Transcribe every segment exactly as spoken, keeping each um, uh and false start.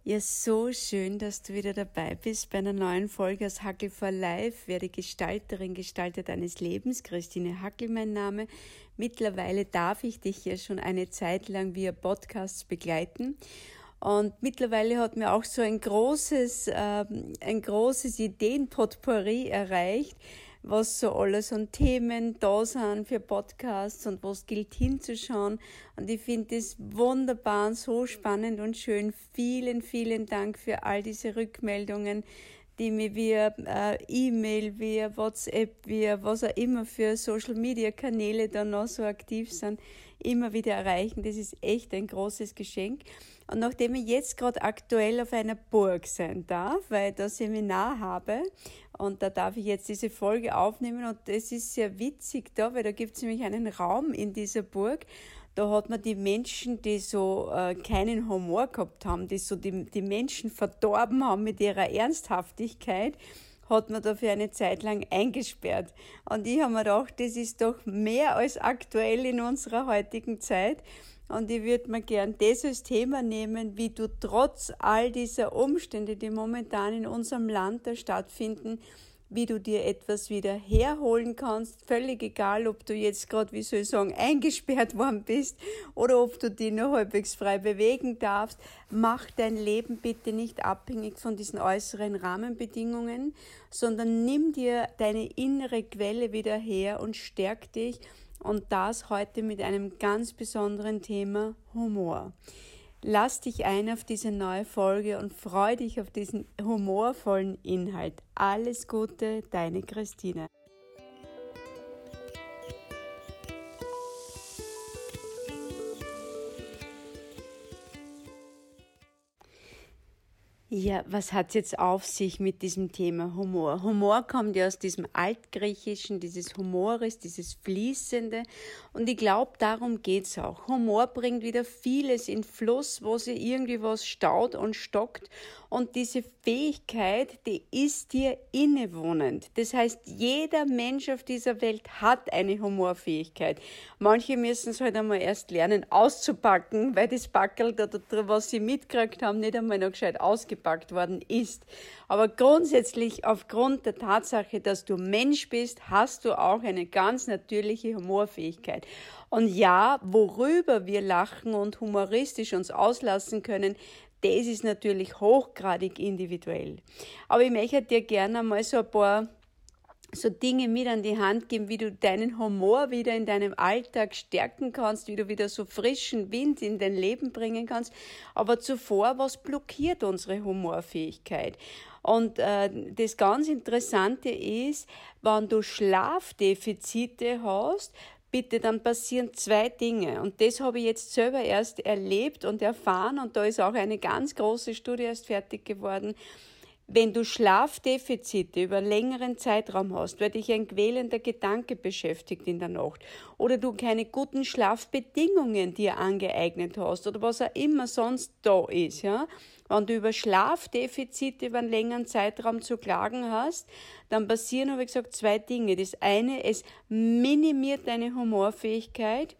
Ja, so schön, dass du wieder dabei bist bei einer neuen Folge aus Hackel for Life. Werde Gestalterin, Gestalter deines Lebens. Christine Hackel mein Name. Mittlerweile darf ich dich ja schon eine Zeit lang via Podcasts begleiten. Und mittlerweile hat mir auch so ein großes, äh, ein großes Ideenpotpourri erreicht, was so alles an Themen da sind für Podcasts und was gilt hinzuschauen. Und ich finde es wunderbar und so spannend und schön. Vielen, vielen Dank für all diese Rückmeldungen, die mir via äh, E-Mail, via WhatsApp, via was auch immer für Social-Media-Kanäle da noch so aktiv sind, immer wieder erreichen. Das ist echt ein großes Geschenk. Und nachdem ich jetzt gerade aktuell auf einer Burg sein darf, weil ich da Seminar habe und da darf ich jetzt diese Folge aufnehmen und es ist sehr witzig da, weil da gibt es nämlich einen Raum in dieser Burg. Da hat man die Menschen, die so äh, keinen Humor gehabt haben, die so die, die Menschen verdorben haben mit ihrer Ernsthaftigkeit, hat man da für eine Zeit lang eingesperrt. Und ich habe mir gedacht, das ist doch mehr als aktuell in unserer heutigen Zeit. Und ich würde mir gern das als Thema nehmen, wie du trotz all dieser Umstände, die momentan in unserem Land da stattfinden, wie du dir etwas wieder herholen kannst, völlig egal, ob du jetzt gerade, wie soll ich sagen, eingesperrt worden bist oder ob du dich nur halbwegs frei bewegen darfst. Mach dein Leben bitte nicht abhängig von diesen äußeren Rahmenbedingungen, sondern nimm dir deine innere Quelle wieder her und stärk dich, und das heute mit einem ganz besonderen Thema: Humor. Lass dich ein auf diese neue Folge und freu dich auf diesen humorvollen Inhalt. Alles Gute, deine Christine. Ja, was hat's jetzt auf sich mit diesem Thema Humor? Humor kommt ja aus diesem Altgriechischen, dieses Humoris, dieses Fließende. Und ich glaube, darum geht's auch. Humor bringt wieder vieles in Fluss, wo sich irgendwie was staut und stockt. Und diese Fähigkeit, die ist dir innewohnend. Das heißt, jeder Mensch auf dieser Welt hat eine Humorfähigkeit. Manche müssen es halt einmal erst lernen auszupacken, weil das Packerl, was sie mitgekriegt haben, nicht einmal noch gescheit ausgepackt worden ist. Aber grundsätzlich, aufgrund der Tatsache, dass du Mensch bist, hast du auch eine ganz natürliche Humorfähigkeit. Und ja, worüber wir lachen und humoristisch uns auslassen können, das ist natürlich hochgradig individuell. Aber ich möchte dir gerne mal so ein paar so Dinge mit an die Hand geben, wie du deinen Humor wieder in deinem Alltag stärken kannst, wie du wieder so frischen Wind in dein Leben bringen kannst. Aber zuvor, was blockiert unsere Humorfähigkeit? Und äh, das ganz Interessante ist, wenn du Schlafdefizite hast, bitte, dann passieren zwei Dinge. Und das habe ich jetzt selber erst erlebt und erfahren. Und da ist auch eine ganz große Studie erst fertig geworden. Wenn du Schlafdefizite über einen längeren Zeitraum hast, weil dich ein quälender Gedanke beschäftigt in der Nacht oder du keine guten Schlafbedingungen dir angeeignet hast oder was auch immer sonst da ist, ja, wenn du über Schlafdefizite über einen längeren Zeitraum zu klagen hast, dann passieren, habe ich gesagt, zwei Dinge. Das eine, es minimiert deine Humorfähigkeit.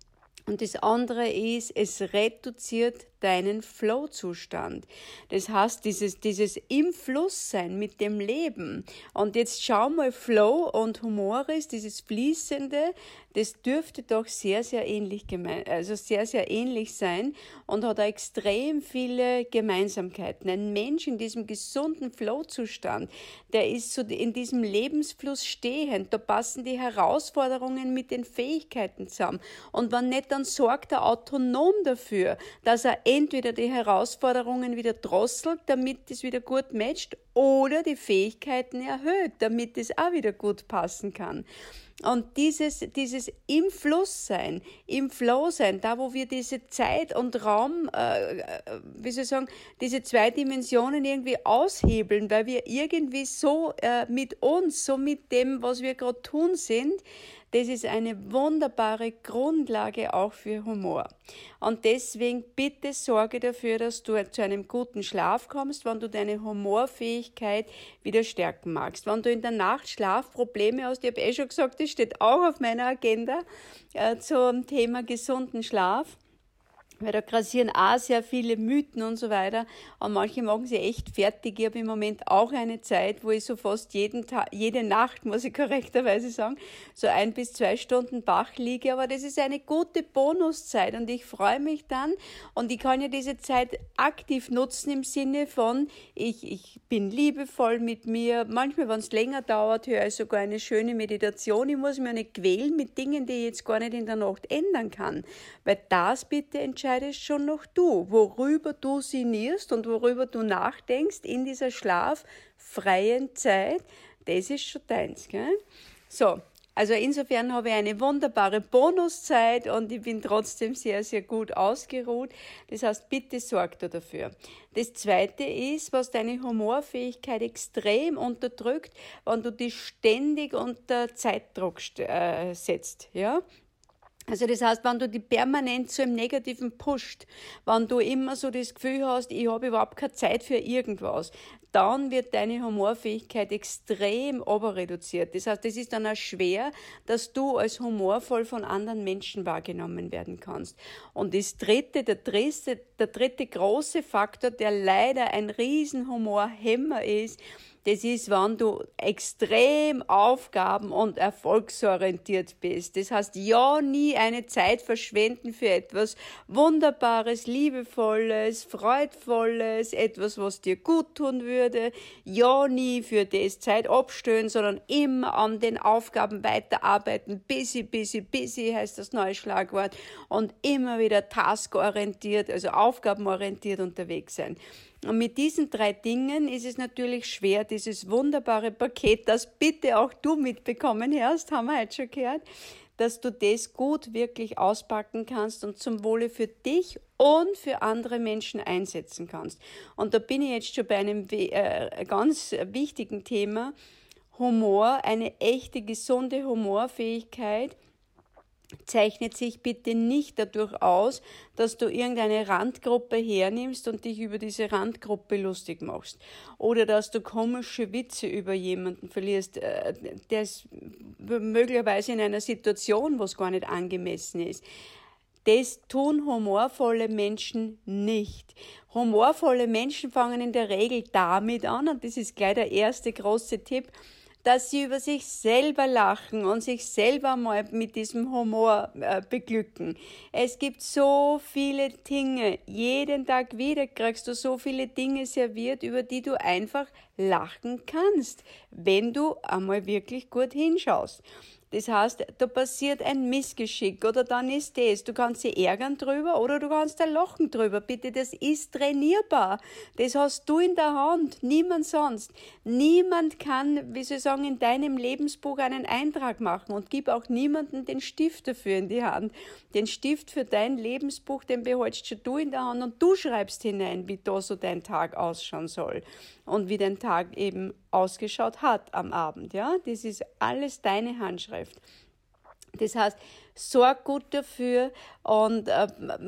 Und das andere ist, es reduziert deinen Flow-Zustand. Das heißt, dieses, dieses im Fluss sein mit dem Leben. Und jetzt schau mal, Flow und Humoris, dieses Fließende, das dürfte doch sehr, sehr ähnlich gemein, also sehr, sehr ähnlich sein und hat extrem viele Gemeinsamkeiten. Ein Mensch in diesem gesunden Flow-Zustand, der ist so in diesem Lebensfluss stehend. Da passen die Herausforderungen mit den Fähigkeiten zusammen. Und wenn nicht, dann sorgt er autonom dafür, dass er entweder die Herausforderungen wieder drosselt, damit es wieder gut matcht, oder die Fähigkeiten erhöht, damit es auch wieder gut passen kann. Und dieses, dieses im Fluss sein, im Flow sein, da wo wir diese Zeit und Raum, äh, wie soll ich sagen, diese zwei Dimensionen irgendwie aushebeln, weil wir irgendwie so äh, mit uns, so mit dem, was wir gerade tun sind, das ist eine wunderbare Grundlage auch für Humor. Und deswegen bitte sorge dafür, dass du zu einem guten Schlaf kommst, wenn du deine Humorfähigkeit wieder stärken magst. Wenn du in der Nacht Schlafprobleme hast, ich habe eh schon gesagt, das steht auch auf meiner Agenda äh, zum Thema gesunden Schlaf. Weil da grassieren auch sehr viele Mythen und so weiter. Und manche machen sie echt fertig. Ich habe im Moment auch eine Zeit, wo ich so fast jeden Tag, jede Nacht, muss ich korrekterweise sagen, so ein bis zwei Stunden Bach liege. Aber das ist eine gute Bonuszeit und ich freue mich dann. Und ich kann ja diese Zeit aktiv nutzen im Sinne von, ich, ich bin liebevoll mit mir. Manchmal, wenn es länger dauert, höre ich sogar eine schöne Meditation. Ich muss mir nicht quälen mit Dingen, die ich jetzt gar nicht in der Nacht ändern kann. Weil das bitte entscheidest schon noch du, worüber du sinnierst und worüber du nachdenkst in dieser schlaffreien Zeit, das ist schon deins, gell? So, also insofern habe ich eine wunderbare Bonuszeit und ich bin trotzdem sehr, sehr gut ausgeruht. Das heißt, bitte sorg da dafür. Das Zweite ist, was deine Humorfähigkeit extrem unterdrückt, wenn du dich ständig unter Zeitdruck äh, setzt, ja? Also das heißt, wenn du dich permanent so im Negativen pusht, wenn du immer so das Gefühl hast, ich habe überhaupt keine Zeit für irgendwas, dann wird deine Humorfähigkeit extrem oberreduziert. Das heißt, es ist dann auch schwer, dass du als humorvoll von anderen Menschen wahrgenommen werden kannst. Und das dritte, der dritte, der dritte große Faktor, der leider ein riesen Humorhemmer ist, das ist, wenn du extrem aufgaben- und erfolgsorientiert bist. Das heißt, ja, nie eine Zeit verschwenden für etwas Wunderbares, Liebevolles, Freudvolles, etwas, was dir gut tun würde. Ja, nie für das Zeit abstellen, sondern immer an den Aufgaben weiterarbeiten. Busy, busy, busy heißt das neue Schlagwort. Und immer wieder taskorientiert, also aufgabenorientiert unterwegs sein. Und mit diesen drei Dingen ist es natürlich schwer, dieses wunderbare Paket, das bitte auch du mitbekommen hast, haben wir heute schon gehört, dass du das gut wirklich auspacken kannst und zum Wohle für dich und für andere Menschen einsetzen kannst. Und da bin ich jetzt schon bei einem äh, ganz wichtigen Thema. Humor, eine echte, gesunde Humorfähigkeit zeichnet sich bitte nicht dadurch aus, dass du irgendeine Randgruppe hernimmst und dich über diese Randgruppe lustig machst. Oder dass du komische Witze über jemanden verlierst, der ist möglicherweise in einer Situation, wo es gar nicht angemessen ist. Das tun humorvolle Menschen nicht. Humorvolle Menschen fangen in der Regel damit an, und das ist gleich der erste große Tipp, dass sie über sich selber lachen und sich selber mal mit diesem Humor äh, beglücken. Es gibt so viele Dinge, jeden Tag wieder kriegst du so viele Dinge serviert, über die du einfach lachen kannst, wenn du einmal wirklich gut hinschaust. Das heißt, da passiert ein Missgeschick oder dann ist das. Du kannst dich ärgern drüber oder du kannst da lachen drüber. Bitte, das ist trainierbar. Das hast du in der Hand, niemand sonst. Niemand kann, wie soll ich sagen, in deinem Lebensbuch einen Eintrag machen und gib auch niemandem den Stift dafür in die Hand. Den Stift für dein Lebensbuch, den behältst schon du in der Hand und du schreibst hinein, wie da so dein Tag ausschauen soll und wie dein Tag eben ausgeschaut hat am Abend, ja. Das ist alles deine Handschrift. Das heißt, sorg gut dafür und äh,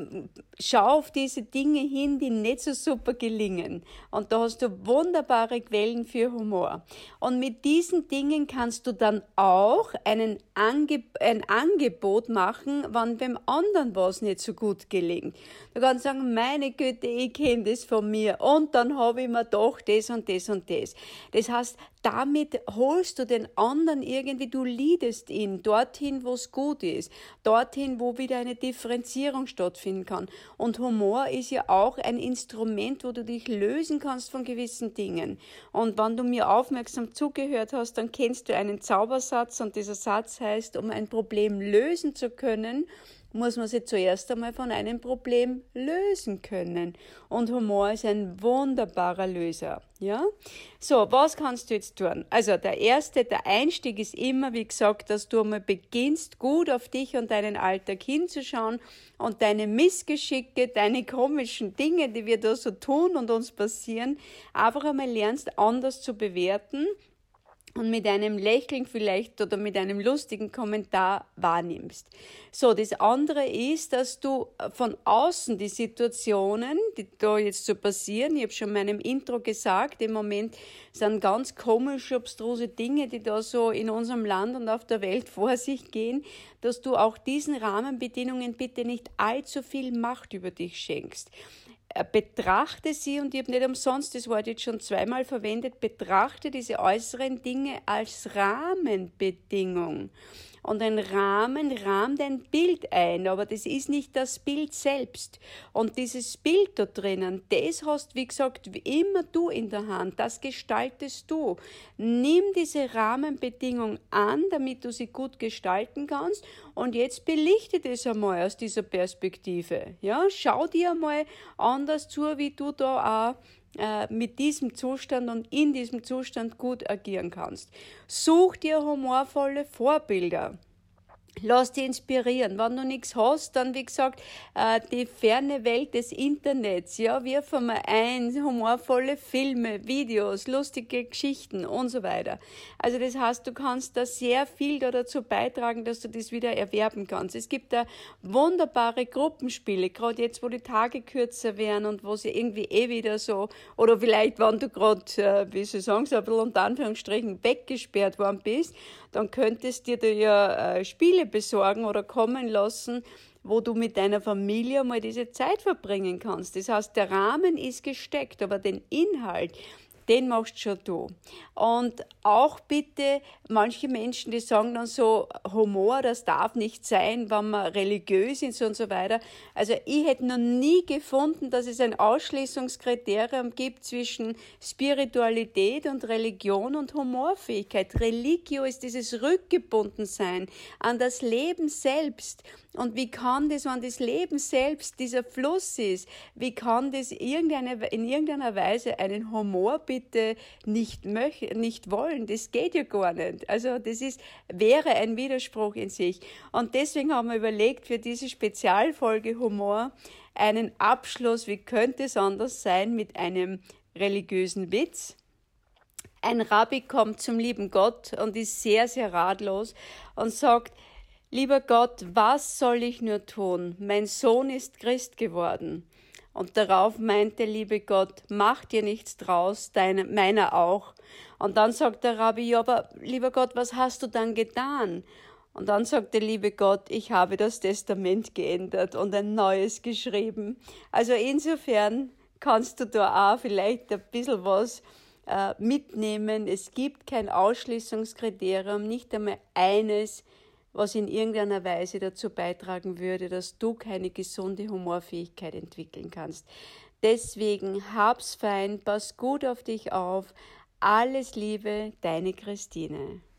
schau auf diese Dinge hin, die nicht so super gelingen. Und da hast du wunderbare Quellen für Humor. Und mit diesen Dingen kannst du dann auch einen Ange- ein Angebot machen, wenn beim anderen was nicht so gut gelingt. Du kannst sagen, meine Güte, ich kenne das von mir und dann habe ich mir doch das und das und das. Das heißt, damit holst du den anderen irgendwie, du leadest ihn dorthin, wo es gut ist, dorthin, wo wieder eine Differenzierung stattfinden kann. Und Humor ist ja auch ein Instrument, wo du dich lösen kannst von gewissen Dingen. Und wenn du mir aufmerksam zugehört hast, dann kennst du einen Zaubersatz und dieser Satz heißt, um ein Problem lösen zu können, muss man sich zuerst einmal von einem Problem lösen können. Und Humor ist ein wunderbarer Löser, ja? So, was kannst du jetzt tun? Also, der erste, der Einstieg ist immer, wie gesagt, dass du einmal beginnst, gut auf dich und deinen Alltag hinzuschauen und deine Missgeschicke, deine komischen Dinge, die wir da so tun und uns passieren, einfach einmal lernst, anders zu bewerten. und mit einem Lächeln vielleicht oder mit einem lustigen Kommentar wahrnimmst. So, das andere ist, dass du von außen die Situationen, die da jetzt so passieren, ich habe schon in meinem Intro gesagt, im Moment sind ganz komische, abstruse Dinge, die da so in unserem Land und auf der Welt vor sich gehen, dass du auch diesen Rahmenbedingungen bitte nicht allzu viel Macht über dich schenkst. Betrachte sie, und ich habe nicht umsonst das Wort jetzt schon zweimal verwendet, betrachte diese äußeren Dinge als Rahmenbedingung. Und ein Rahmen rahmt ein Bild ein, aber das ist nicht das Bild selbst. Und dieses Bild da drinnen, das hast, wie gesagt, immer du in der Hand, das gestaltest du. Nimm diese Rahmenbedingung an, damit du sie gut gestalten kannst, und jetzt belichte das einmal aus dieser Perspektive. Ja, schau dir einmal anders zu, wie du da auch mit diesem Zustand und in diesem Zustand gut agieren kannst. Such dir humorvolle Vorbilder. Lass dich inspirieren. Wenn du nichts hast, dann, wie gesagt, die ferne Welt des Internets. Ja, wirf einmal ein, humorvolle Filme, Videos, lustige Geschichten und so weiter. Also das heißt, du kannst da sehr viel da dazu beitragen, dass du das wieder erwerben kannst. Es gibt da wunderbare Gruppenspiele, gerade jetzt, wo die Tage kürzer werden und wo sie irgendwie eh wieder so, oder vielleicht, wenn du gerade, wie sie sagen, so ein bisschen unter Anführungsstrichen weggesperrt worden bist, dann könntest du dir ja äh, Spiele besorgen oder kommen lassen, wo du mit deiner Familie mal diese Zeit verbringen kannst. Das heißt, der Rahmen ist gesteckt, aber den Inhalt, den machst schon du. Und auch bitte, manche Menschen, die sagen dann so, Humor, das darf nicht sein, wenn man religiös ist und so weiter. Also ich hätte noch nie gefunden, dass es ein Ausschließungskriterium gibt zwischen Spiritualität und Religion und Humorfähigkeit. Religio ist dieses Rückgebundensein an das Leben selbst. Und wie kann das, wenn das Leben selbst dieser Fluss ist, wie kann das irgendeine, in irgendeiner Weise einen Humor bitte nicht möchten, nicht wollen? Das geht ja gar nicht. Also das ist, wäre ein Widerspruch in sich. Und deswegen haben wir überlegt, für diese Spezialfolge Humor einen Abschluss, wie könnte es anders sein, mit einem religiösen Witz. Ein Rabbi kommt zum lieben Gott und ist sehr, sehr ratlos und sagt: Lieber Gott, was soll ich nur tun? Mein Sohn ist Christ geworden. Und darauf meinte, liebe Gott, mach dir nichts draus, deine, meiner auch. Und dann sagt der Rabbi: Ja, aber lieber Gott, was hast du dann getan? Und dann sagt der liebe Gott: Ich habe das Testament geändert und ein neues geschrieben. Also insofern kannst du da auch vielleicht ein bisschen was äh, mitnehmen. Es gibt kein Ausschließungskriterium, nicht einmal eines, was in irgendeiner Weise dazu beitragen würde, dass du keine gesunde Humorfähigkeit entwickeln kannst. Deswegen hab's fein, pass gut auf dich auf. Alles Liebe, deine Christine.